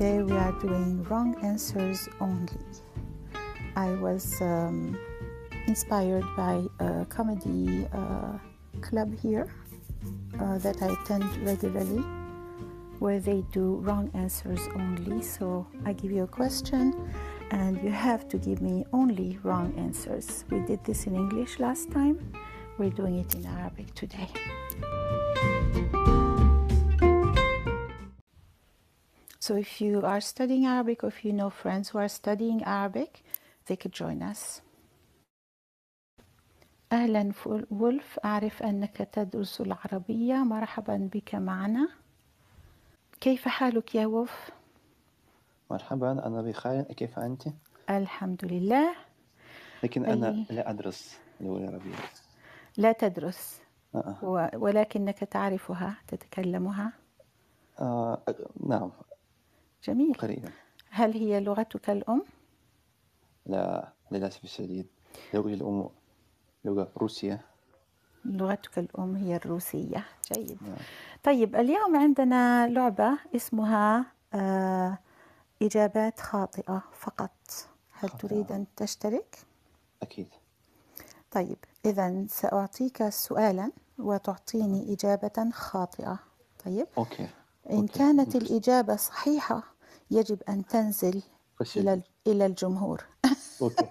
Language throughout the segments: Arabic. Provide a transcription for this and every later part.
Today we are doing wrong answers only. I was inspired by a comedy club here that I attend regularly, where they do wrong answers only. So I give you a question and you have to give me only wrong answers. We did this in English last time. We're doing it in Arabic today. So if you are studying Arabic or if you know friends who are studying Arabic, they could join us. أهلا وولف، أعرف أنك تدرس العربية، مرحبا بك معنا. كيف حالك يا وولف؟ مرحبا، أنا بخير، كيف أنت؟ الحمد لله. لكن أنا لا أدرس اللغة العربية. لا تدرس ولكنك تعرفها، تتكلمها؟ نعم. جميل. قليلا. هل هي لغتك الأم؟ لا، للأسف الشديد. لغتي الأم لغة روسية. لغتك الأم هي الروسية. جيد. نعم. طيب اليوم عندنا لعبة اسمها إجابات خاطئة فقط. هل تريد أن تشترك؟ أكيد. طيب إذن سأعطيك سؤالا وتعطيني إجابة خاطئة. طيب. أوكي. إن كانت الإجابة صحيحة يجب أن تنزل إلى الجمهور. أوكي.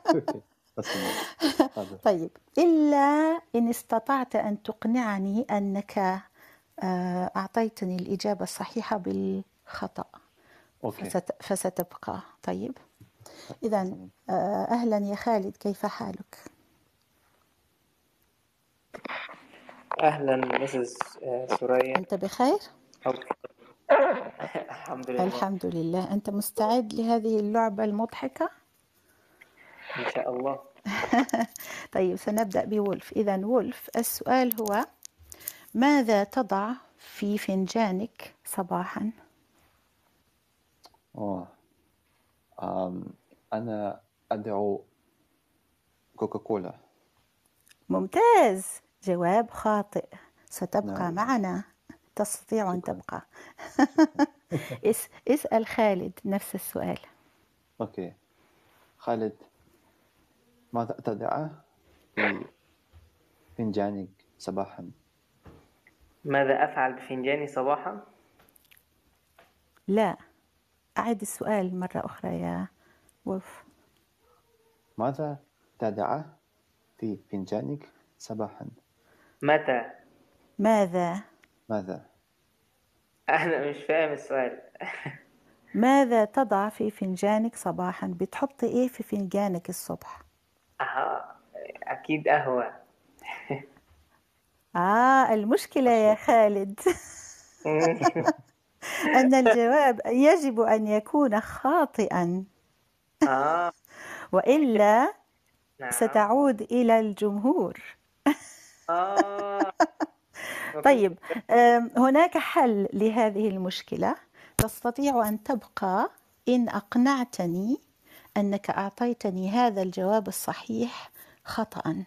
طيب إلا إن استطعت أن تقنعني أنك أعطيتني الإجابة الصحيحة بالخطأ. أوكي. فستبقى. طيب إذن أهلا يا خالد، كيف حالك؟ أهلا مسز سوريا. أنت بخير؟ أوكي. الحمد لله. الحمد لله. أنت مستعد لهذه اللعبة المضحكة؟ إن شاء الله. طيب سنبدأ بولف. إذن وولف، السؤال هو: ماذا تضع في فنجانك صباحا؟ أنا أدعو كوكاكولا. ممتاز، جواب خاطئ. ستبقى نعم. معنا، تستطيع أن تبقى. اسأل خالد نفس السؤال. أوكي. خالد، ماذا تدع في فنجانك صباحا؟ ماذا أفعل بفنجاني صباحا؟ لا، أعد السؤال مرة أخرى يا وولف. ماذا تدع في فنجانك صباحا؟ متى؟ ماذا؟ أنا مش فاهم السؤال. ماذا تضع في فنجانك صباحا؟ بتحط إيه في فنجانك الصبح؟ أكيد قهوة. المشكلة يا خالد أن الجواب يجب أن يكون خاطئا. وإلا ستعود إلى الجمهور. طيب هناك حل لهذه المشكلة. تستطيع أن تبقى إن أقنعتني أنك أعطيتني هذا الجواب الصحيح خطأ.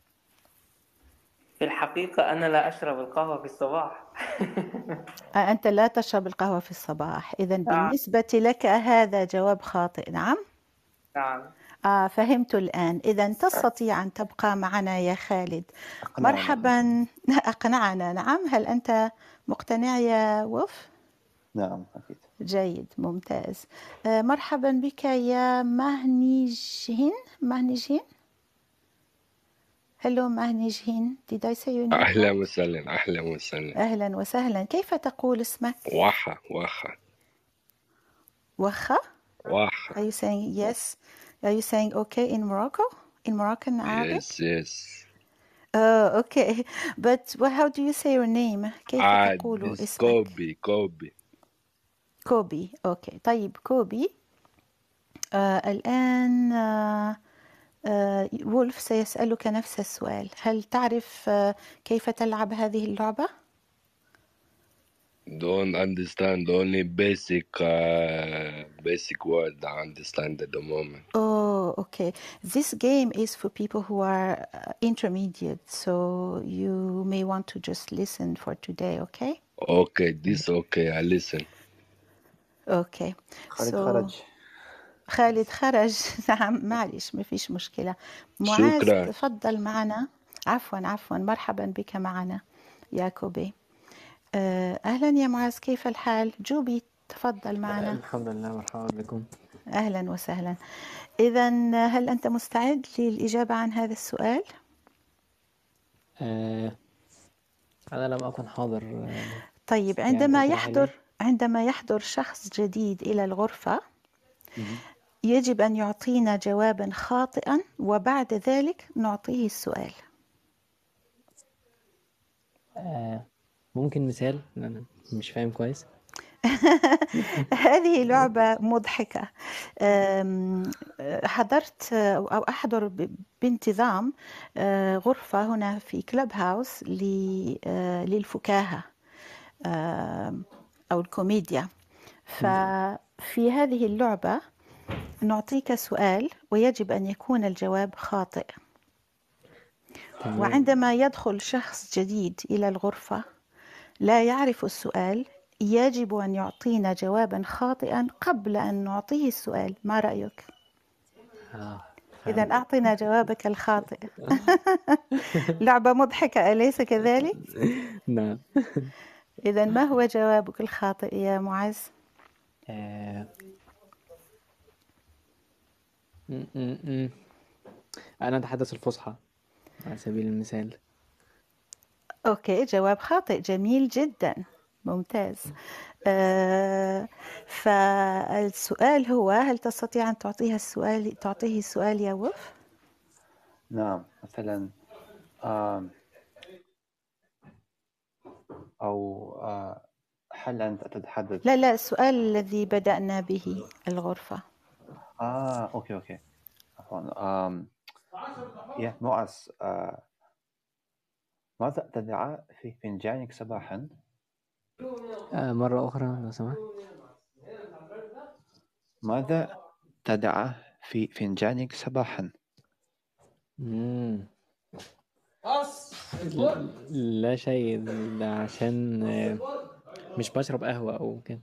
في الحقيقة أنا لا أشرب القهوة في الصباح. أنت لا تشرب القهوة في الصباح، إذن بالنسبة لك هذا جواب خاطئ. نعم. نعم. فهمت الآن. إذن تستطيع أن تبقى معنا يا خالد. مرحبا. أقنعنا. نعم. هل أنت مقتنع يا وولف؟ نعم أكيد. جيد، ممتاز. مرحبا بك يا مهنيجين. Hello مهنيجين. Did I say your name? أهلا وسهلا. أهلا وسهلا. كيف تقول اسمك؟ وخا. Are you saying yes? Are you saying okay in Morocco? In Moroccan Arabic? Yes. Oh, okay. But how do you say your name? كيف تقول اسمك؟ كوبي. Okay. طيب كوبي. الآن وولف سيسألك نفس السؤال. هل تعرف كيف تلعب هذه اللعبة؟ Don't understand, only basic word I understand at the moment. Oh, okay. This game is for people who are intermediate, so you may want to just listen for today, okay? Okay, I listen. أوكي. خالد So خرج. خالد خرج. نعم معلش ما فيش مشكلة. معاذ شكرا. تفضل معنا. عفوا مرحبا بك معنا يا كوبي. أهلا يا معاذ، كيف الحال؟ جوبي تفضل معنا. الحمد لله، مرحبا بكم. أهلا وسهلا. إذا هل أنت مستعد للإجابة عن هذا السؤال؟ أنا لم أكن حاضر. طيب، يعني عندما يحضر شخص جديد إلى الغرفة مهم. يجب أن يعطينا جوابا خاطئا وبعد ذلك نعطيه السؤال. ممكن مثال؟ أنا مش فاهم كويس. هذه لعبة مضحكة. حضرت أو أحضر بانتظام غرفة هنا في كلوب هاوس للفكاهة أو الكوميديا. ففي هذه اللعبة نعطيك سؤال ويجب أن يكون الجواب خاطئ. تمام. وعندما يدخل شخص جديد إلى الغرفة لا يعرف السؤال يجب أن يعطينا جوابا خاطئا قبل أن نعطيه السؤال. ما رأيك؟ إذا أعطنا جوابك الخاطئ. لعبة مضحكة أليس كذلك؟ نعم. إذا ما هو جوابك الخاطئ يا معز؟ أنا أتحدث الفصحى على سبيل المثال. أوكي، جواب خاطئ. جميل جدا، ممتاز. فالسؤال هو: هل تستطيع أن تعطيه السؤال يا وف؟ نعم، مثلا أو هل أنت تتحدث؟ لا، السؤال الذي بدأنا به الغرفة. أوكي عفوا. يا معز، ماذا تدعى في فنجانك صباحا؟ مرة أخرى لو سمحت. ماذا تدعى في فنجانك صباحا؟ لا شيء، ده عشان مش بشرب قهوة أو كده.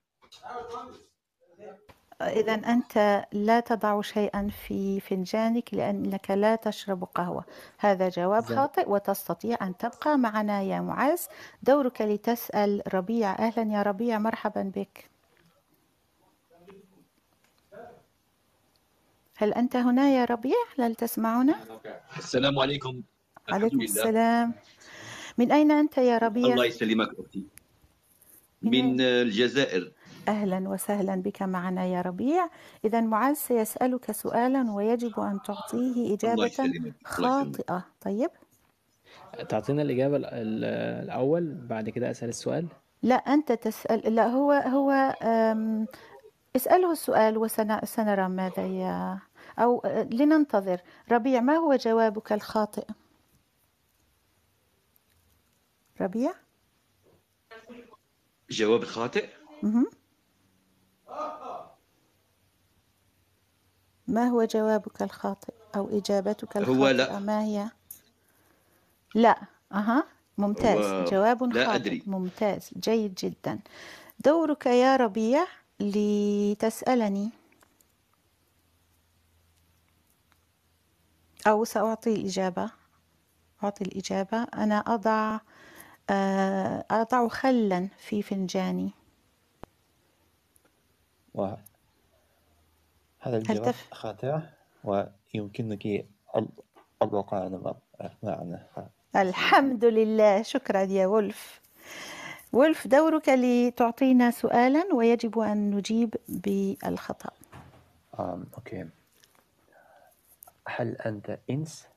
إذا أنت لا تضع شيئا في فنجانك لأنك لا تشرب قهوة. هذا جواب خاطئ وتستطيع أن تبقى معنا يا معز. دورك لتسأل ربيع. أهلا يا ربيع، مرحبا بك. هل أنت هنا يا ربيع؟ هل تسمعنا؟ السلام عليكم. عليكم السلام. من أين أنت يا ربيع؟ الله يسلمك أختي. من الجزائر. أهلا وسهلا بك معنا يا ربيع. إذا معاذ سيسألك سؤالا ويجب أن تعطيه إجابة خاطئة. طيب، تعطينا الإجابة الأول بعد كده أسأل السؤال. لا أنت تسأل. لا، هو اسأله السؤال وسنرى ماذا أو لننتظر. ربيع، ما هو جوابك الخاطئ؟ ربيع، جواب الخاطئ. ما هو جوابك الخاطئ أو إجابتك الخاطئة؟ هو لا. ما هي؟ لا. ممتاز، جواب لا خاطئ. أدري. ممتاز، جيد جدا. دورك يا ربيع لتسألني، أو سأعطي الإجابة. أعطي الإجابة. أنا أضع خلا في فنجاني. وهذا الجواب خاطئ ويمكنك البقاء معنا. الحمد لله، شكرا يا وولف. وولف، دورك لتعطينا سؤالا ويجب أن نجيب بالخطأ. أوكي. هل أنت إنس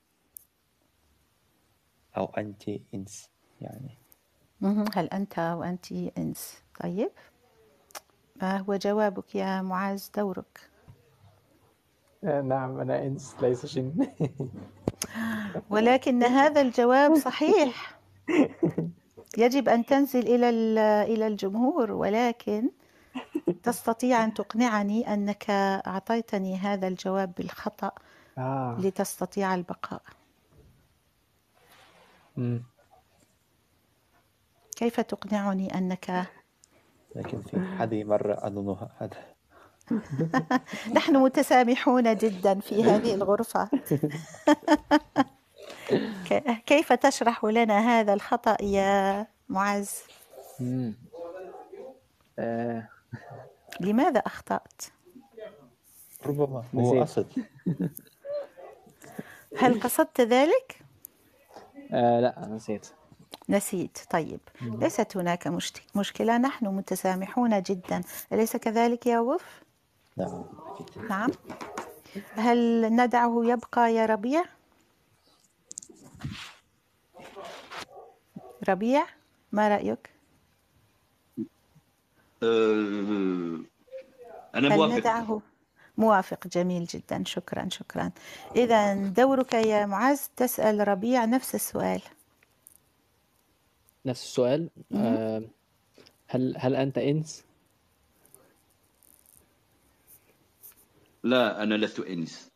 أو أنت إنس؟ يعني هل أنت أو أنت إنس؟ طيب، ما هو جوابك يا معاذ؟ دورك. نعم، أنا إنس ليس جن. ولكن هذا الجواب صحيح. يجب أن تنزل إلى الجمهور، ولكن تستطيع أن تقنعني أنك أعطيتني هذا الجواب بالخطأ لتستطيع البقاء. مم. كيف تقنعني أنك لكن في هذه مرة أظنها هذا. نحن متسامحون جدا في هذه الغرفة. كيف تشرح لنا هذا الخطأ يا معز؟ لماذا أخطأت؟ ربما هو نسيت. قصد. هل قصدت ذلك؟ لا نسيت. نسيت. طيب ليست هناك مشكلة، نحن متسامحون جدا، أليس كذلك يا وف؟ نعم أكيد. نعم. هل ندعه يبقى يا ربيع؟ ربيع ما رأيك؟ أنا هل موافق. ندعه؟ موافق، جميل جدا، شكرا شكرا. إذا دورك يا معز تسأل ربيع نفس السؤال. نفس السؤال. هل أنت إنس؟ لا، أنا لست إنس.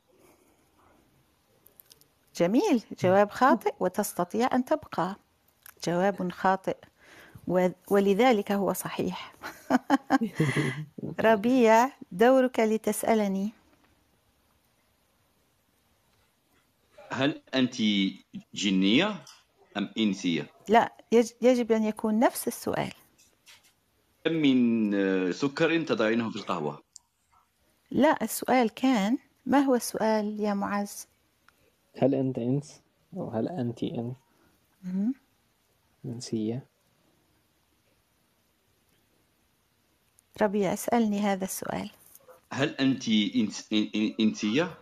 جميل، جواب خاطئ وتستطيع أن تبقى. جواب خاطئ ولذلك هو صحيح. ربيع دورك لتسألني. هل أنت جنية أم إنسية؟ لا، يجب أن يكون نفس السؤال. كم من سكر تضعينه في القهوة؟ لا، السؤال كان ما هو السؤال يا معز؟ هل أنت إنس؟ أو هل أنت إنس؟ إنسية. ربيع اسألني هذا السؤال. هل أنت إنسية؟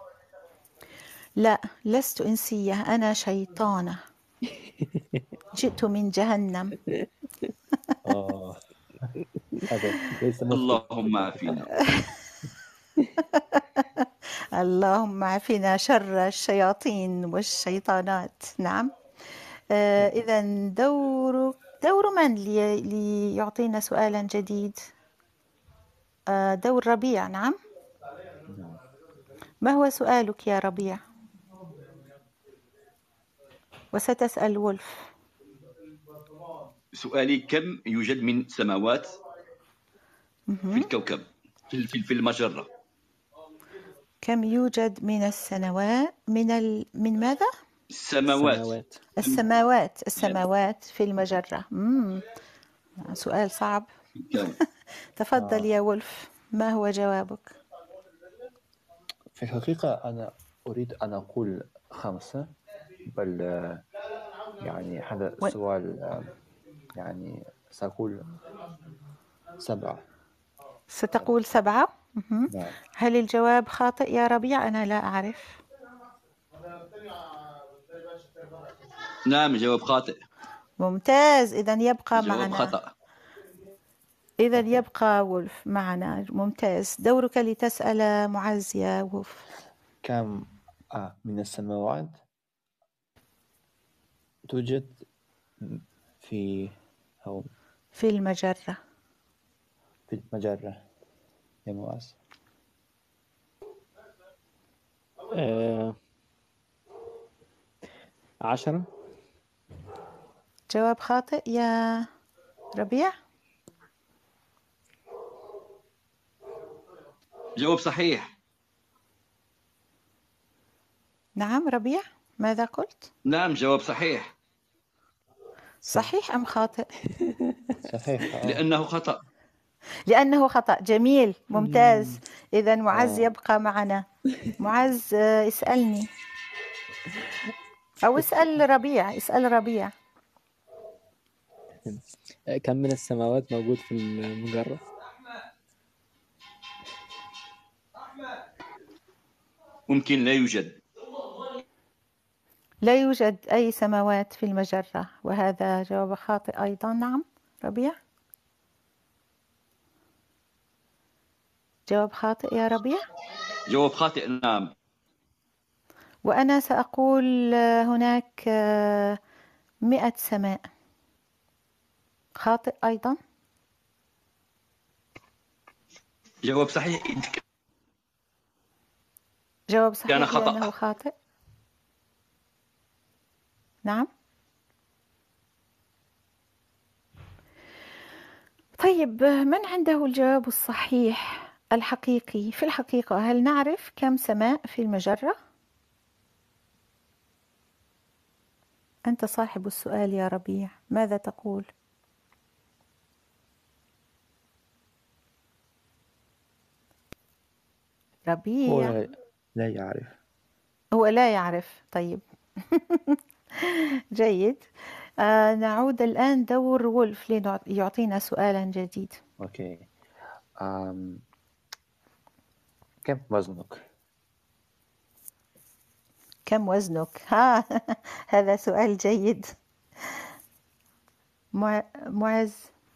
لا، لست إنسية، أنا شيطانة. جئت من جهنم. هذا ليس مسلم. اللهم عافينا. اللهم عافنا شر الشياطين والشيطانات. نعم. إذا دور من ليعطينا سؤالا جديد؟ دور ربيع. نعم. ما هو سؤالك يا ربيع؟ وستسأل وولف. سؤالي كم يوجد من سماوات في الكوكب في المجرة؟ كم يوجد من السنوات من ماذا؟ السماوات في المجرة. سؤال صعب. تفضل يا وولف، ما هو جوابك؟ في الحقيقة أنا أريد أن أقول 5 بل يعني هذا السؤال يعني سأقول 7. ستقول 7؟ نعم. هل الجواب خاطئ يا ربيع؟ أنا لا أعرف. نعم، جواب خاطئ. ممتاز، إذا يبقى جواب معنا. خطأ. إذا يبقى وولف معنا. ممتاز. دورك لتسأل معز يا وولف. كم من السماوات توجد في المجرة يا معز؟ 10. جواب خاطئ يا ربيع. جواب صحيح. نعم ربيع، ماذا قلت؟ نعم، جواب صحيح. صحيح أم خاطئ؟ صحيح. لأنه خطأ. لأنه خطأ. جميل، ممتاز. إذا معز يبقى معنا. معز اسألني، أو اسأل ربيع. كم من السماوات موجود في المجرة؟ ممكن لا يوجد. لا يوجد أي سماوات في المجرة، وهذا جواب خاطئ أيضا. نعم ربيع، جواب خاطئ يا ربيع. جواب خاطئ. نعم. وأنا سأقول هناك 100 سماء. خاطئ أيضا. جواب صحيح. جواب صحيح كان خطأ. لأنه خاطئ. نعم. طيب من عنده الجواب الصحيح الحقيقي؟ في الحقيقة هل نعرف كم سماء في المجرة؟ أنت صاحب السؤال يا ربيع، ماذا تقول؟ هو ربيع لا يعرف. هو لا يعرف. طيب جيد. نعود الآن دور وولف ليعطينا سؤالا جديد. أوكي. كم وزنك؟ كم وزنك؟ هذا سؤال جيد. معز.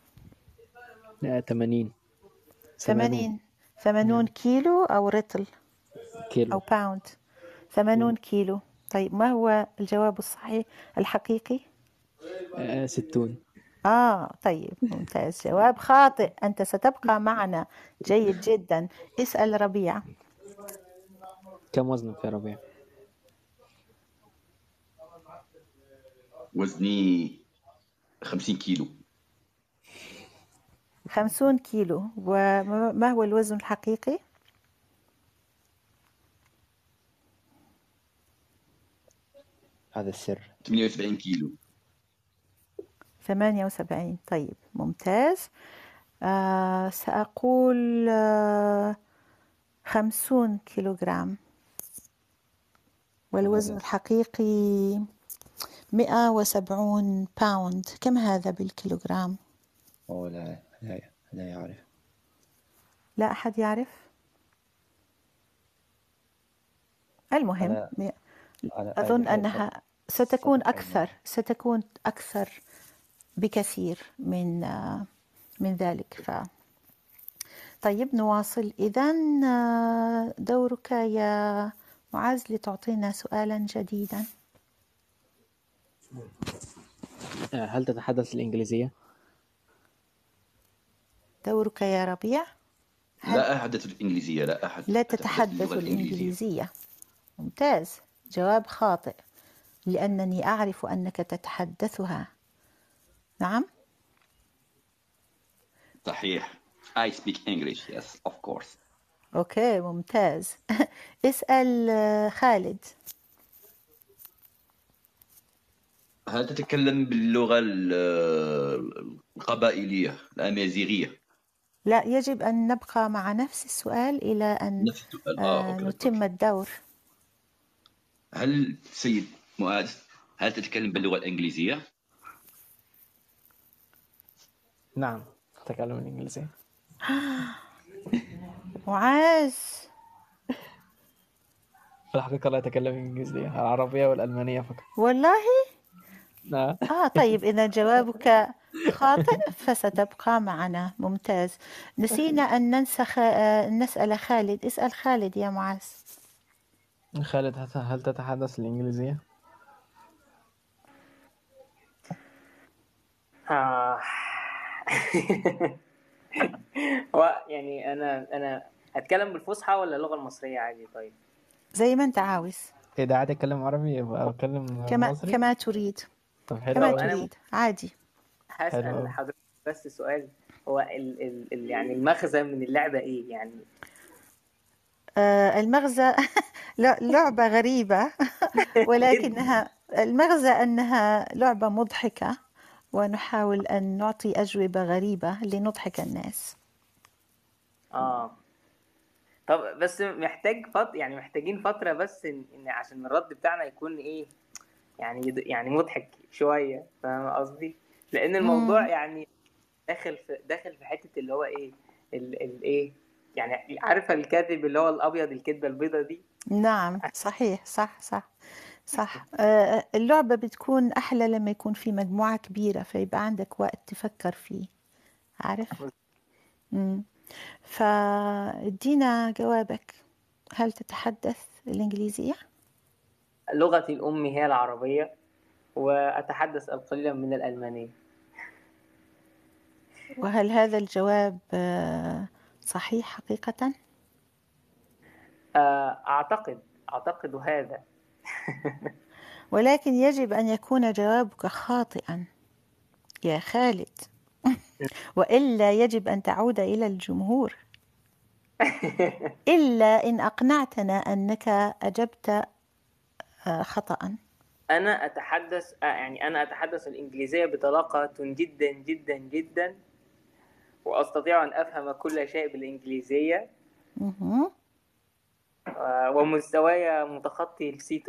80. 80 كيلو أو رطل كيلو. أو باوند؟ 80 كيلو. طيب ما هو الجواب الصحيح الحقيقي؟ 60. طيب ممتاز، جواب خاطئ. أنت ستبقى معنا. جيد جدا. اسأل ربيع. كم وزنك يا ربيع؟ وزني 50 كيلو. 50 كيلو. وما هو الوزن الحقيقي؟ هذا السر. 78 كيلو. 78. طيب ممتاز. سأقول 50 كيلوغرام، والوزن الحقيقي 170 باوند. كم هذا بالكيلوغرام؟ لا يعرف. لا أحد يعرف. المهم أظن أنها ستكون أكثر بكثير من ذلك. طيب نواصل إذن. دورك يا معاذ لتعطينا سؤالا جديدا. هل تتحدث الإنجليزية؟ دورك يا ربيع. لا أحدث الإنجليزية. لا تتحدث الإنجليزية. ممتاز. جواب خاطئ، لأنني أعرف أنك تتحدثها. نعم صحيح. I speak English. Yes, of course. أوكي ممتاز. اسأل خالد. هل تتكلم باللغة القبائلية الأمازيغية؟ لا، يجب أن نبقى مع نفس السؤال إلى أن نتم الدور. هل سيد معاذ هل تتكلم باللغة الإنجليزية؟ نعم أتكلم الإنجليزية. معاذ في الحقيقة لا أتكلم الإنجليزية، العربية والألمانية فقط. والله؟ نعم. طيب إذا جوابك خاطئ فستبقى معنا. ممتاز. نسينا أن نسأل خالد. اسأل خالد يا معاذ. خالد هل تتحدث الإنجليزية؟ يعني أنا أتكلم بالفصحى ولا اللغة المصرية عادي؟ طيب زي ما أنت عاوز. إذا عاد أتكلم عربي يبقى أتكلم مصري كما تريد. طب حلو. كما تريد عادي. هسأل حضرتك بس سؤال. هو يعني المغزى من اللعبة إيه يعني؟ المغزى لعبة غريبة، ولكنها المغزى أنها لعبة مضحكة، ونحاول أن نعطي أجوبة غريبة لنضحك الناس. طب بس يعني محتاجين فترة بس إن عشان الرد بتاعنا يكون إيه يعني مضحك شوية. فاهم قصدي؟ لأن الموضوع يعني داخل في حتة اللي هو إيه الإيه يعني عارفة الكاتب اللي هو الأبيض الكذبة البيضة دي. نعم صحيح. صح. اللعبة بتكون أحلى لما يكون في مجموعة كبيرة، فيبقى عندك وقت تفكر فيه. عارف؟ فادينا جوابك. هل تتحدث الإنجليزية؟ لغتي الأم هي العربية، وأتحدث القليل من الألمانية. وهل هذا الجواب صحيح حقيقة؟ أعتقد هذا. ولكن يجب أن يكون جوابك خاطئا يا خالد. وإلا يجب أن تعود إلى الجمهور، إلا إن أقنعتنا أنك أجبت خطأ. أنا أتحدث الإنجليزية بطلاقة جدا جدا جدا، وأستطيع أن أفهم كل شيء بالإنجليزية، ومستواي متخطي ال C2.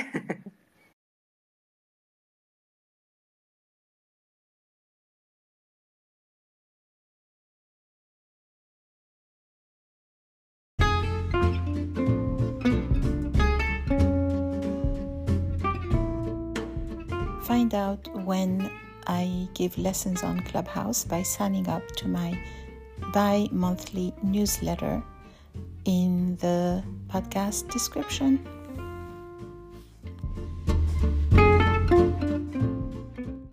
Find out when I give lessons on Clubhouse by signing up to my bi-monthly newsletter in the podcast description.